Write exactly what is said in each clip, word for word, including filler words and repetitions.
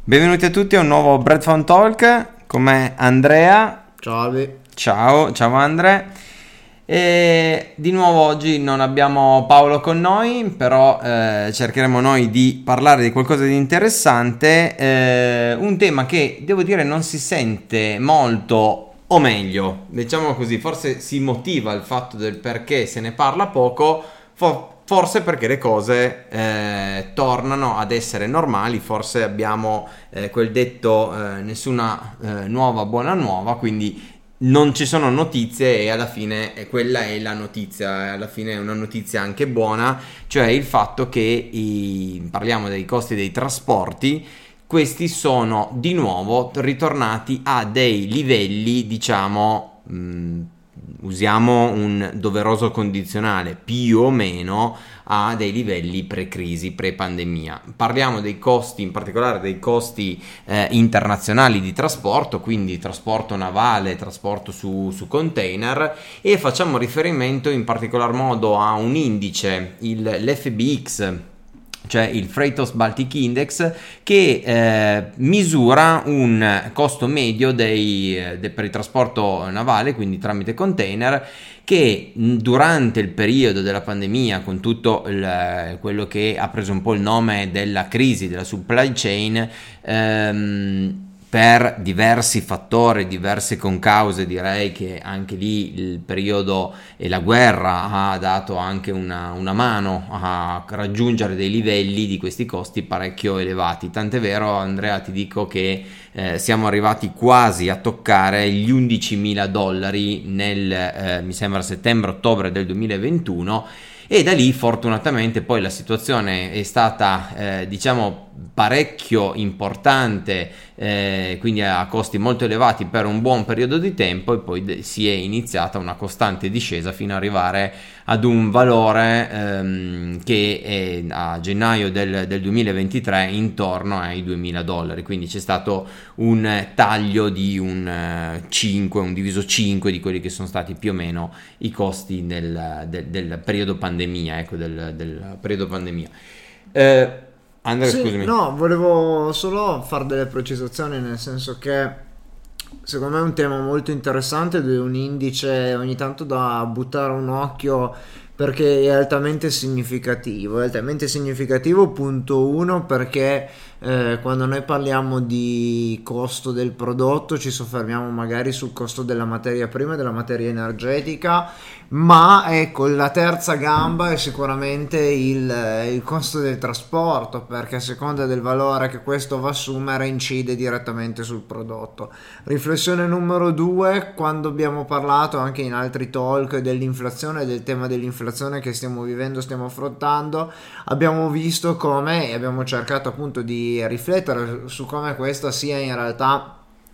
Benvenuti a tutti a un nuovo Breadphone Talk con me Andrea. Ciao Albi. Ciao, ciao Andre. E di nuovo oggi non abbiamo Paolo con noi, però eh, cercheremo noi di parlare di qualcosa di interessante, eh, un tema che devo dire non si sente molto, o meglio, diciamo così, forse si motiva il fatto del perché se ne parla poco, fo- Forse perché le cose eh, tornano ad essere normali, forse abbiamo eh, quel detto eh, nessuna eh, nuova buona nuova, quindi non ci sono notizie e alla fine eh, quella è la notizia, e alla fine è una notizia anche buona, cioè il fatto che i, parliamo dei costi dei trasporti, questi sono di nuovo ritornati a dei livelli, diciamo, mh, usiamo un doveroso condizionale, più o meno a dei livelli pre-crisi, pre-pandemia. Parliamo dei costi, in particolare dei costi eh, internazionali di trasporto, quindi trasporto navale, trasporto su, su container, e facciamo riferimento in particolar modo a un indice, il, l'F B X, cioè il Freightos Baltic Index, che eh, misura un costo medio dei, de, per il trasporto navale, quindi tramite container, che durante il periodo della pandemia, con tutto il, quello che ha preso un po' il nome della crisi della supply chain, ehm, per diversi fattori, diverse concause, direi che anche lì il periodo e la guerra ha dato anche una, una mano a raggiungere dei livelli di questi costi parecchio elevati. Tant'è vero, Andrea, ti dico che eh, siamo arrivati quasi a toccare gli undicimila dollari nel, eh, mi sembra, settembre-ottobre del duemilaventuno. E da lì fortunatamente poi la situazione è stata eh, diciamo parecchio importante, eh, quindi a costi molto elevati per un buon periodo di tempo, e poi de- si è iniziata una costante discesa fino ad arrivare ad un valore ehm, che è a gennaio del, del duemilaventitré intorno ai duemila dollari, quindi c'è stato un taglio di un cinque, un diviso cinque di quelli che sono stati più o meno i costi del, del, del periodo pandemia, ecco, del, del periodo pandemia. Eh, Andrea, sì, scusami. No, volevo solo fare delle precisazioni, nel senso che secondo me è un tema molto interessante ed è un indice ogni tanto da buttare un occhio, perché è altamente significativo. È altamente significativo, punto uno, perché eh, quando noi parliamo di costo del prodotto ci soffermiamo magari sul costo della materia prima e della materia energetica, ma ecco, la terza gamba è sicuramente il, il costo del trasporto, perché a seconda del valore che questo va a assumere incide direttamente sul prodotto. Riflessione numero due: quando abbiamo parlato anche in altri talk dell'inflazione e del tema dell'inflazione che stiamo vivendo, stiamo affrontando, abbiamo visto come, e abbiamo cercato appunto di riflettere su come questa sia in realtà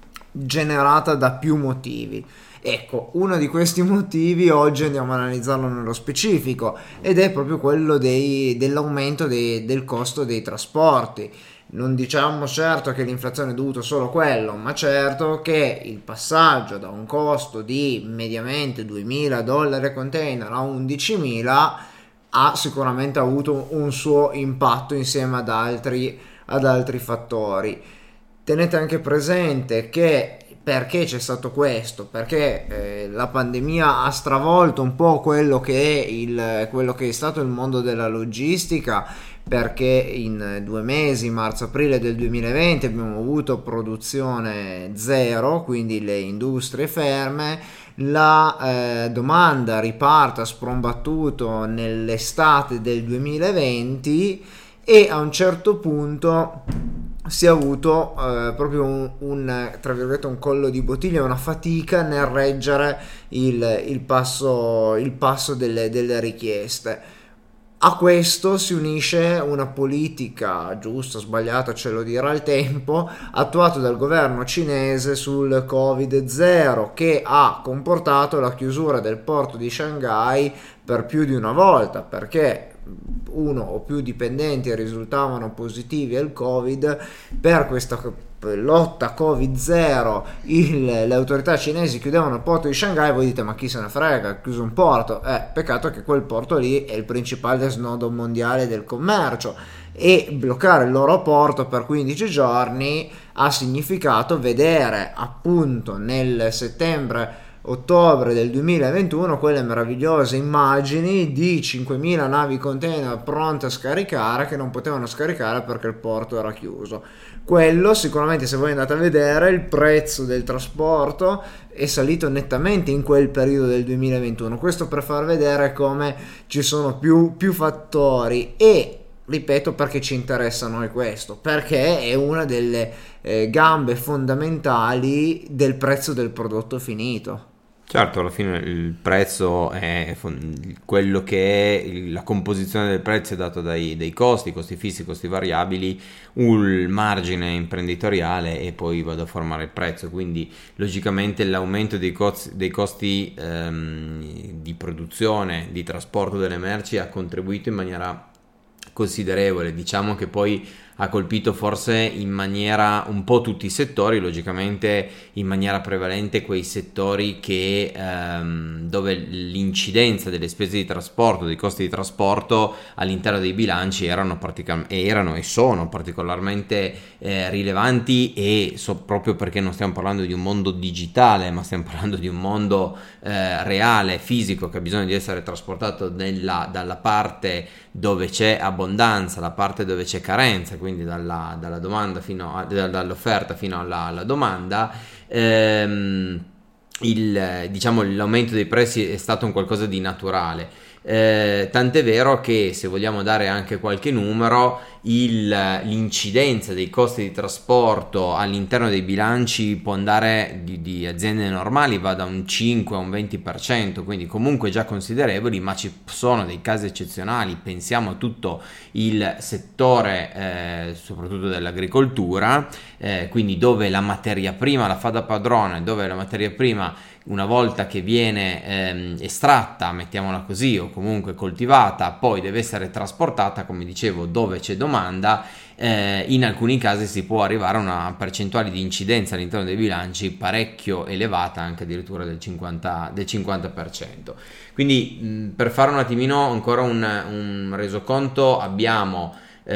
generata da più motivi. Ecco, uno di questi motivi oggi andiamo ad analizzarlo nello specifico, ed è proprio quello dei, dell'aumento dei, del costo dei trasporti. Non diciamo certo che l'inflazione è dovuta solo a quello, ma certo che il passaggio da un costo di mediamente duemila dollari a container a undicimila ha sicuramente avuto un suo impatto insieme ad altri, ad altri fattori. Tenete anche presente che perché c'è stato questo? Perché eh, la pandemia ha stravolto un po' quello che è il, quello che è stato il mondo della logistica, perché in due mesi, marzo-aprile del duemilaventi, abbiamo avuto produzione zero, quindi le industrie ferme, la eh, domanda riparte a sprombattuto nell'estate del duemilaventi, e a un certo punto si è avuto eh, proprio un, un, tra virgolette, un collo di bottiglia, una fatica nel reggere il, il passo, il passo delle, delle richieste. A questo si unisce una politica, giusta o sbagliata ce lo dirà il tempo, attuata dal governo cinese sul covid zero, che ha comportato la chiusura del porto di Shanghai per più di una volta, perché uno o più dipendenti risultavano positivi al Covid. Per questa lotta covid zero il, le autorità cinesi chiudevano il porto di Shanghai. Voi dite: ma chi se ne frega, ha chiuso un porto. Eh, peccato che quel porto lì è il principale snodo mondiale del commercio, e bloccare il loro porto per quindici giorni ha significato vedere appunto nel settembre ottobre del duemilaventuno quelle meravigliose immagini di cinquemila navi container pronte a scaricare che non potevano scaricare perché il porto era chiuso. Quello sicuramente, se voi andate a vedere, il prezzo del trasporto è salito nettamente in quel periodo del duemilaventuno. Questo per far vedere come ci sono più, più fattori, e ripeto, perché ci interessa a noi questo, perché è una delle eh, gambe fondamentali del prezzo del prodotto finito. Certo, alla fine il prezzo è quello che è la composizione del prezzo è dato dai, dai costi, costi fissi, costi variabili, un margine imprenditoriale e poi vado a formare il prezzo. Quindi logicamente l'aumento dei costi, dei costi ehm, di produzione, di trasporto delle merci ha contribuito in maniera considerevole. Diciamo che poi ha colpito forse in maniera un po' tutti i settori, logicamente in maniera prevalente quei settori che ehm, dove l'incidenza delle spese di trasporto, dei costi di trasporto all'interno dei bilanci erano, particol- erano e sono particolarmente eh, rilevanti, e so proprio perché non stiamo parlando di un mondo digitale, ma stiamo parlando di un mondo eh, reale, fisico, che ha bisogno di essere trasportato nella, dalla parte dove c'è abbondanza, la parte dove c'è carenza, quindi dalla, dalla domanda fino a, dall'offerta fino alla, alla domanda. Ehm, il, diciamo, l'aumento dei prezzi è stato un qualcosa di naturale, eh, tant'è vero che, se vogliamo dare anche qualche numero, il, l'incidenza dei costi di trasporto all'interno dei bilanci può andare di, di aziende normali, va da un cinque a un venti per cento, quindi comunque già considerevoli, ma ci sono dei casi eccezionali. Pensiamo a tutto il settore eh, soprattutto dell'agricoltura, eh, quindi dove la materia prima la fa da padrone, dove la materia prima, una volta che viene ehm, estratta, mettiamola così, o comunque coltivata, poi deve essere trasportata, come dicevo, dove c'è domanda. Eh, in alcuni casi si può arrivare a una percentuale di incidenza all'interno dei bilanci parecchio elevata, anche addirittura del cinquanta, del cinquanta per cento. Quindi mh, per fare un attimino ancora un, un resoconto, abbiamo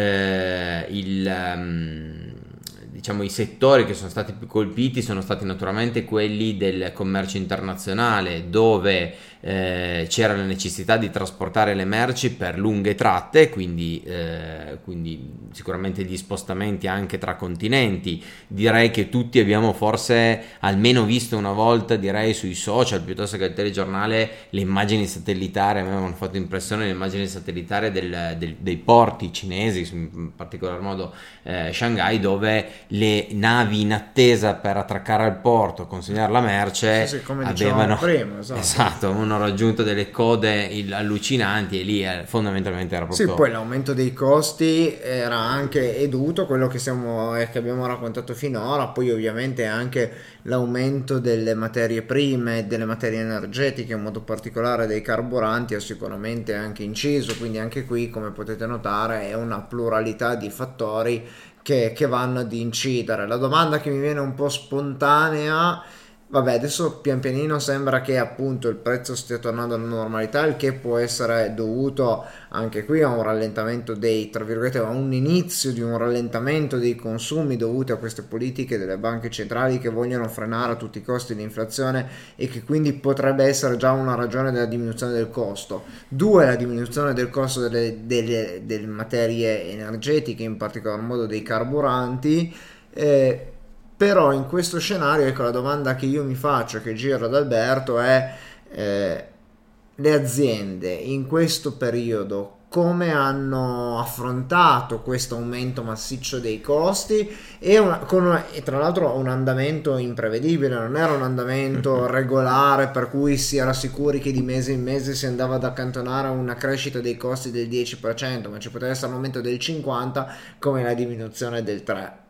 eh, il... Um, diciamo i settori che sono stati più colpiti sono stati naturalmente quelli del commercio internazionale, dove eh, c'era la necessità di trasportare le merci per lunghe tratte, quindi, eh, quindi sicuramente gli spostamenti anche tra continenti. Direi che tutti abbiamo forse almeno visto una volta, direi sui social piuttosto che al telegiornale, le immagini satellitari. A me avevano fatto impressione le immagini satellitari del, del, dei porti cinesi, in particolar modo eh, Shanghai, dove le navi in attesa per attraccare al porto, consegnare la merce, sì, sì, come avevano prima, esatto. esatto, hanno raggiunto delle code il, allucinanti, e lì eh, fondamentalmente era proprio... Sì, poi l'aumento dei costi era anche è dovuto a quello che, stiamo, eh, che abbiamo raccontato finora, poi ovviamente anche l'aumento delle materie prime, delle materie energetiche, in modo particolare dei carburanti, ha sicuramente anche inciso, quindi anche qui, come potete notare, è una pluralità di fattori Che, che vanno ad incidere. La domanda che mi viene un po' spontanea, vabbè, adesso pian pianino sembra che appunto il prezzo stia tornando alla normalità, il che può essere dovuto anche qui a un rallentamento dei, tra virgolette, a un inizio di un rallentamento dei consumi dovuti a queste politiche delle banche centrali che vogliono frenare a tutti i costi l'inflazione, e che quindi potrebbe essere già una ragione della diminuzione del costo. Due, la diminuzione del costo delle, delle, delle materie energetiche, in particolar modo dei carburanti. eh, Però in questo scenario, ecco, la domanda che io mi faccio, che giro ad Alberto, è eh, le aziende in questo periodo come hanno affrontato questo aumento massiccio dei costi, e, una, con una, e tra l'altro un andamento imprevedibile, non era un andamento regolare per cui si era sicuri che di mese in mese si andava ad accantonare una crescita dei costi del dieci per cento, ma ci poteva essere un aumento del cinquanta per cento come la diminuzione del tre per cento.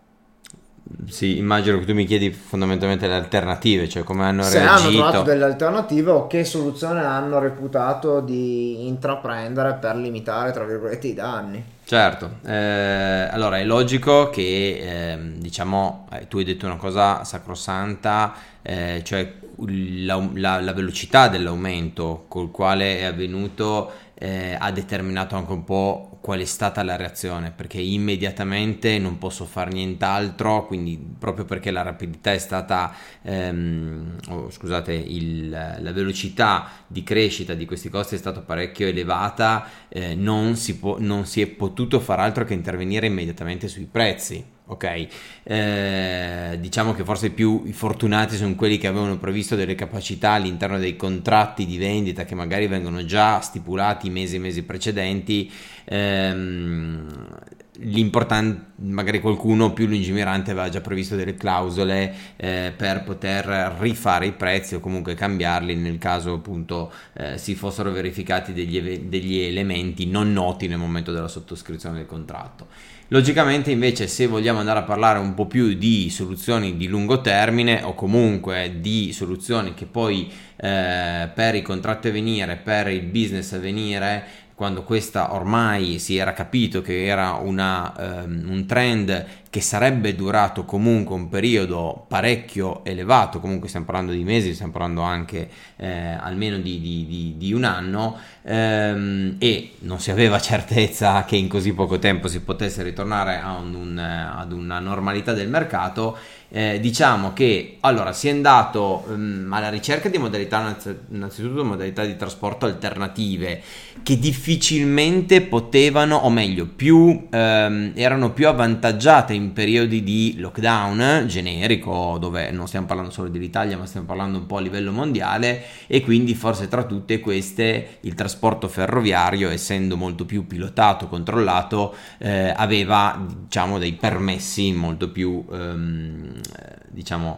Sì, immagino che tu mi chiedi fondamentalmente le alternative, cioè come hanno se reagito. hanno trovato delle alternative o che soluzione hanno reputato di intraprendere per limitare, tra virgolette, i danni. Certo, eh, allora è logico che eh, diciamo eh, tu hai detto una cosa sacrosanta, eh, cioè la, la, la velocità dell'aumento col quale è avvenuto eh, ha determinato anche un po' qual è stata la reazione, perché immediatamente non posso fare nient'altro, quindi proprio perché la rapidità è stata ehm, oh, scusate il, la velocità di crescita di questi costi è stata parecchio elevata, eh, non si può, non si è potuto far altro che intervenire immediatamente sui prezzi. Ok, eh, diciamo che forse i più fortunati sono quelli che avevano previsto delle capacità all'interno dei contratti di vendita che magari vengono già stipulati mesi e mesi precedenti. ehm, L'importante, magari qualcuno più lungimirante aveva già previsto delle clausole eh, per poter rifare i prezzi o comunque cambiarli nel caso appunto eh, si fossero verificati degli, ev- degli elementi non noti nel momento della sottoscrizione del contratto. Logicamente invece se vogliamo andare a parlare un po' più di soluzioni di lungo termine o comunque di soluzioni che poi eh, per i contratti a venire, per il business a venire, quando questa ormai si era capito che era una, um, un trend che sarebbe durato comunque un periodo parecchio elevato, comunque stiamo parlando di mesi, stiamo parlando anche eh, almeno di, di, di, di un anno, ehm, e non si aveva certezza che in così poco tempo si potesse ritornare a un, un, ad una normalità del mercato. Eh, diciamo che allora si è andato um, alla ricerca di modalità, innanzitutto modalità di trasporto alternative che difficilmente potevano, o meglio più um, erano più avvantaggiate in periodi di lockdown generico, dove non stiamo parlando solo dell'Italia ma stiamo parlando un po' a livello mondiale, e quindi forse tra tutte queste il trasporto ferroviario, essendo molto più pilotato, controllato, eh, aveva diciamo dei permessi molto più um, diciamo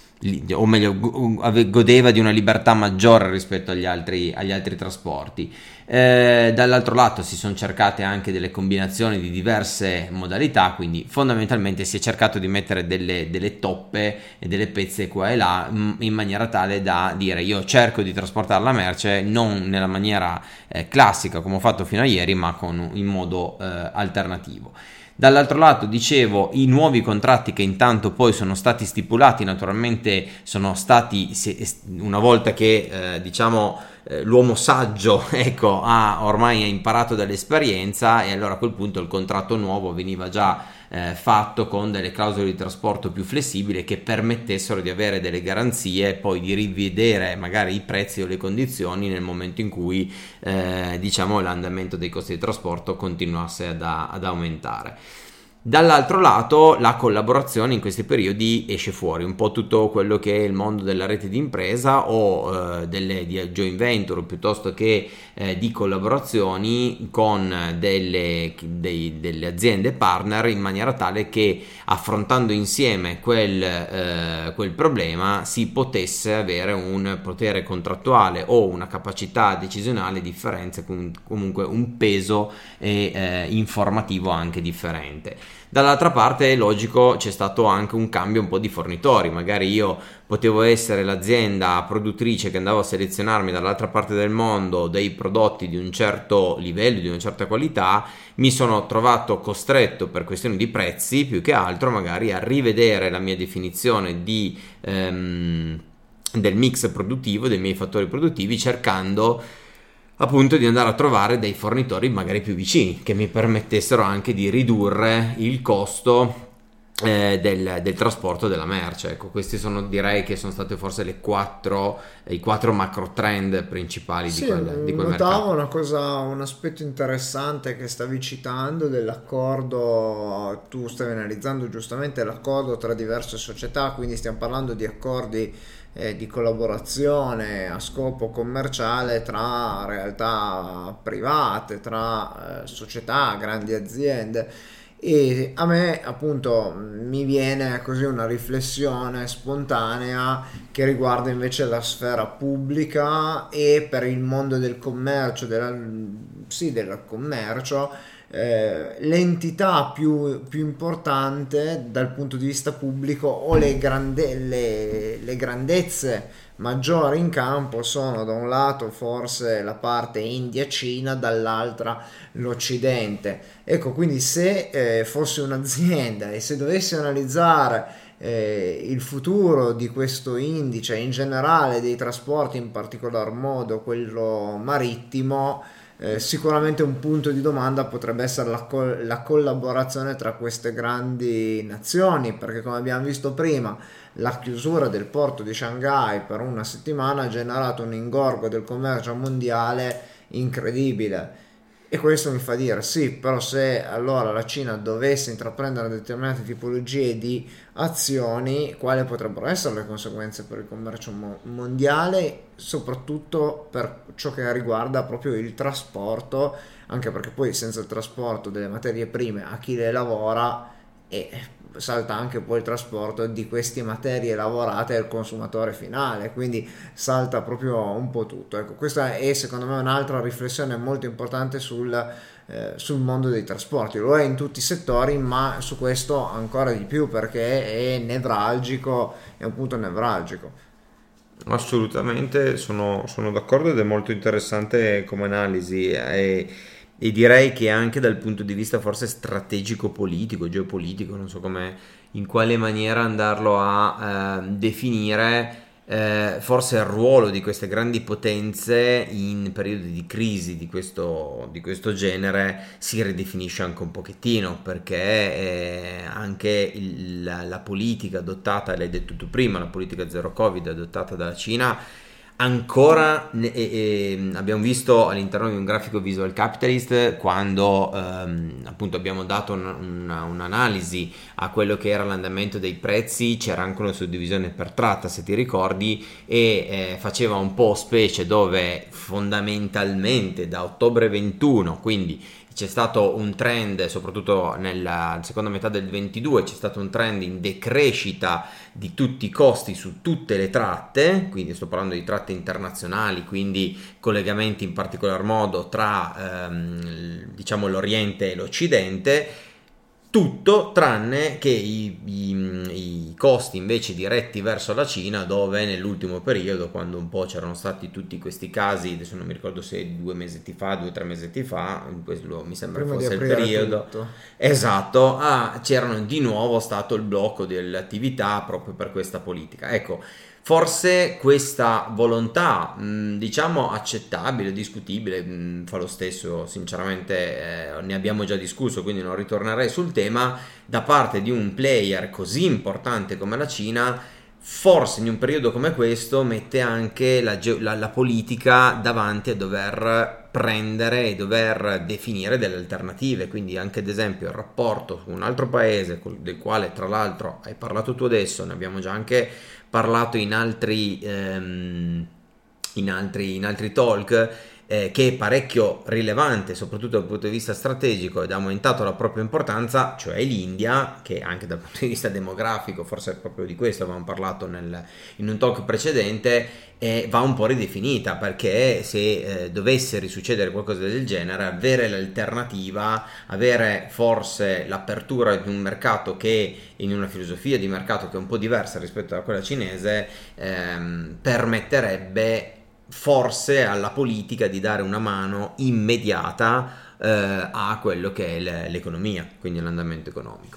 o meglio godeva di una libertà maggiore rispetto agli altri, agli altri trasporti. Eh, dall'altro lato si sono cercate anche delle combinazioni di diverse modalità, quindi fondamentalmente si è cercato di mettere delle, delle toppe e delle pezze qua e là in maniera tale da dire io cerco di trasportare la merce non nella maniera eh, classica come ho fatto fino a ieri, ma con, in modo eh, alternativo. Dall'altro lato dicevo i nuovi contratti che intanto poi sono stati stipulati, naturalmente sono stati, una volta che eh, diciamo eh, l'uomo saggio ecco ha ormai ha imparato dall'esperienza, e allora a quel punto il contratto nuovo veniva già eh, fatto con delle clausole di trasporto più flessibili che permettessero di avere delle garanzie e poi di rivedere magari i prezzi o le condizioni nel momento in cui eh, diciamo l'andamento dei costi di trasporto continuasse ad, ad aumentare. Dall'altro lato la collaborazione in questi periodi esce fuori un po' tutto quello che è il mondo della rete di impresa o eh, delle di joint venture piuttosto che eh, di collaborazioni con delle, dei, delle aziende partner, in maniera tale che affrontando insieme quel, eh, quel problema si potesse avere un potere contrattuale o una capacità decisionale differente, comunque un peso e eh, informativo anche differente. Dall'altra parte è logico, c'è stato anche un cambio un po' di fornitori, magari io potevo essere l'azienda produttrice che andavo a selezionarmi dall'altra parte del mondo dei prodotti di un certo livello, di una certa qualità, mi sono trovato costretto per questioni di prezzi più che altro magari a rivedere la mia definizione di, ehm, del mix produttivo, dei miei fattori produttivi, cercando appunto di andare a trovare dei fornitori magari più vicini che mi permettessero anche di ridurre il costo eh, del, del trasporto della merce. Ecco, questi sono, direi che sono state forse le quattro i quattro macro trend principali sì, di quel, di quel notavo mercato. una cosa, un aspetto interessante che stavi citando dell'accordo, tu stavi analizzando giustamente l'accordo tra diverse società, quindi stiamo parlando di accordi Eh, di collaborazione a scopo commerciale tra realtà private, tra eh, società, grandi aziende. E a me appunto mi viene così una riflessione spontanea che riguarda invece la sfera pubblica e per il mondo del commercio, della, sì, del commercio. Eh, l'entità più, più importante dal punto di vista pubblico o le, grande, le, le grandezze maggiori in campo sono da un lato forse la parte India-Cina, dall'altra l'Occidente. Ecco, quindi se eh, fossi un'azienda e se dovessi analizzare eh, il futuro di questo indice in generale dei trasporti, in particolar modo quello marittimo, Eh, sicuramente un punto di domanda potrebbe essere la, col- la collaborazione tra queste grandi nazioni, perché come abbiamo visto prima la chiusura del porto di Shanghai per una settimana ha generato un ingorgo del commercio mondiale incredibile. E questo mi fa dire sì, però se allora la Cina dovesse intraprendere determinate tipologie di azioni, quali potrebbero essere le conseguenze per il commercio mo- mondiale, soprattutto per ciò che riguarda proprio il trasporto, anche perché poi senza il trasporto delle materie prime a chi le lavora, e salta anche poi il trasporto di queste materie lavorate al consumatore finale, quindi salta proprio un po' tutto. Ecco, questa è secondo me un'altra riflessione molto importante sul, eh, sul mondo dei trasporti. Lo è in tutti i settori, ma su questo ancora di più, perché è nevralgico, è un punto nevralgico. Assolutamente, sono, sono d'accordo ed è molto interessante come analisi e, e direi che anche dal punto di vista forse strategico politico, geopolitico, non so come, in quale maniera andarlo a eh, definire, eh, forse il ruolo di queste grandi potenze in periodi di crisi di questo, di questo genere si ridefinisce anche un pochettino, perché eh, anche il, la, la politica adottata, l'hai detto tu prima, la politica zero Covid adottata dalla Cina ancora ne, e, e, abbiamo visto all'interno di un grafico Visual Capitalist, quando ehm, appunto abbiamo dato un, una, un'analisi a quello che era l'andamento dei prezzi, c'era anche una suddivisione per tratta, se ti ricordi, e eh, faceva un po' specie, dove fondamentalmente da ottobre ventuno, quindi c'è stato un trend, soprattutto nella seconda metà del ventidue, c'è stato un trend in decrescita di tutti i costi su tutte le tratte, quindi sto parlando di tratte internazionali, quindi collegamenti in particolar modo tra ehm, diciamo l'Oriente e l'Occidente, tutto tranne che i, i, i costi invece diretti verso la Cina, dove nell'ultimo periodo, quando un po' c'erano stati tutti questi casi, adesso non mi ricordo se due mesi fa, due o tre mesi fa, questo mi sembra Prima fosse di il periodo tutto. esatto, ah, c'erano di nuovo stato il blocco delle attività proprio per questa politica. Ecco, forse questa volontà, mh, diciamo accettabile, discutibile, mh, fa lo stesso, sinceramente eh, ne abbiamo già discusso, quindi non ritornerei sul tema, da parte di un player così importante come la Cina, forse in un periodo come questo mette anche la, ge- la, la politica davanti a dover prendere e dover definire delle alternative, quindi anche ad esempio il rapporto con un altro paese, col- del quale tra l'altro hai parlato tu adesso, ne abbiamo già anche parlato in altri, ehm, in altri, in altri talk, eh, che è parecchio rilevante soprattutto dal punto di vista strategico ed ha aumentato la propria importanza, cioè l'India, che anche dal punto di vista demografico, forse proprio di questo avevamo parlato nel, in un talk precedente, eh, va un po' ridefinita, perché se eh, dovesse risuccedere qualcosa del genere, avere l'alternativa, avere forse l'apertura di un mercato che in una filosofia di mercato che è un po' diversa rispetto a quella cinese, ehm, permetterebbe forse alla politica di dare una mano immediata eh, a quello che è l'economia, quindi l'andamento economico.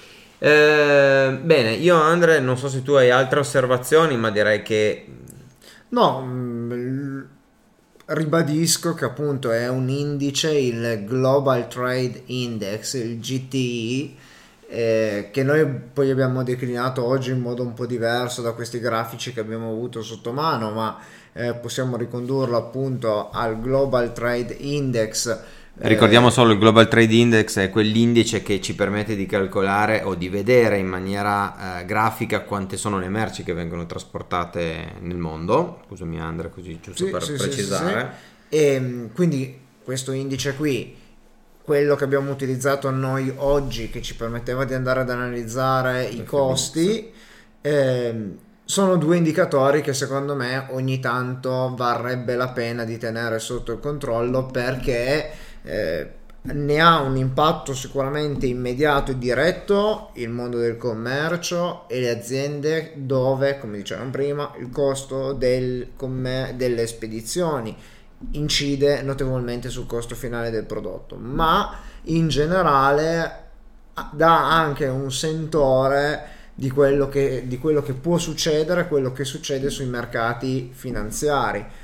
Eh, bene, io Andre, non so se tu hai altre osservazioni, ma direi che no, mh, ribadisco che appunto è un indice, il Global Trade Index, il G T I, eh, che noi poi abbiamo declinato oggi in modo un po' diverso da questi grafici che abbiamo avuto sotto mano, ma eh, possiamo ricondurlo appunto al Global Trade Index. Ricordiamo solo il Global Trade Index è quell'indice che ci permette di calcolare o di vedere in maniera eh, grafica quante sono le merci che vengono trasportate nel mondo. Scusami Andrea, così giusto sì, per sì, precisare. Sì, sì. E quindi questo indice qui, quello che abbiamo utilizzato noi oggi, che ci permetteva di andare ad analizzare i costi, ehm, sono due indicatori che secondo me ogni tanto varrebbe la pena di tenere sotto il controllo, perché eh, ne ha un impatto sicuramente immediato e diretto il mondo del commercio e le aziende, dove, come dicevamo prima, il costo del commer- delle spedizioni incide notevolmente sul costo finale del prodotto, ma in generale dà anche un sentore di quello che, di quello che può succedere, quello che succede sui mercati finanziari.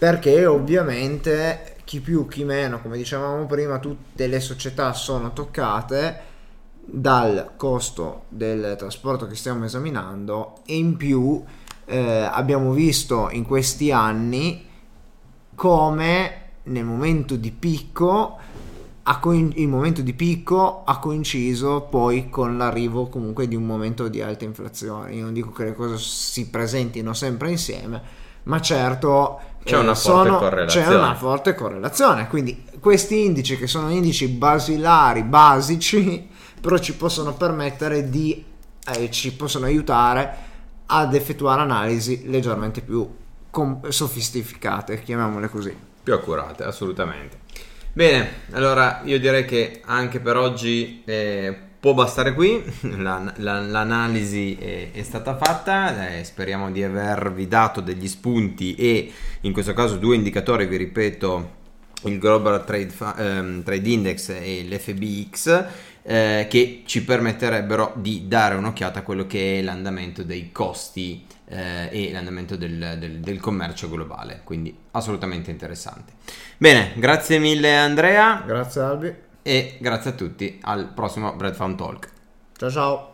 perché ovviamente chi più chi meno, come dicevamo prima, tutte le società sono toccate dal costo del trasporto che stiamo esaminando, e in più eh, abbiamo visto in questi anni come nel momento di picco ha coin- il momento di picco ha coinciso poi con l'arrivo comunque di un momento di alta inflazione. Io non dico che le cose si presentino sempre insieme, ma certo c'è una eh, forte sono, correlazione. c'è una forte correlazione. Quindi questi indici, che sono indici basilari, basici, però ci possono permettere di eh, ci possono aiutare ad effettuare analisi leggermente più com- sofisticate, chiamiamole così. Più accurate, assolutamente. Bene, allora io direi che anche per oggi eh, può bastare qui, la, la, l'analisi è, è stata fatta, eh, speriamo di avervi dato degli spunti e in questo caso due indicatori, vi ripeto, il Global Trade, ehm, Trade Index e l'F B X, eh, che ci permetterebbero di dare un'occhiata a quello che è l'andamento dei costi eh, e l'andamento del, del, del commercio globale, quindi assolutamente interessante. Bene, grazie mille Andrea. Grazie Albi. E grazie a tutti, al prossimo Bread Farm Talk. Ciao ciao.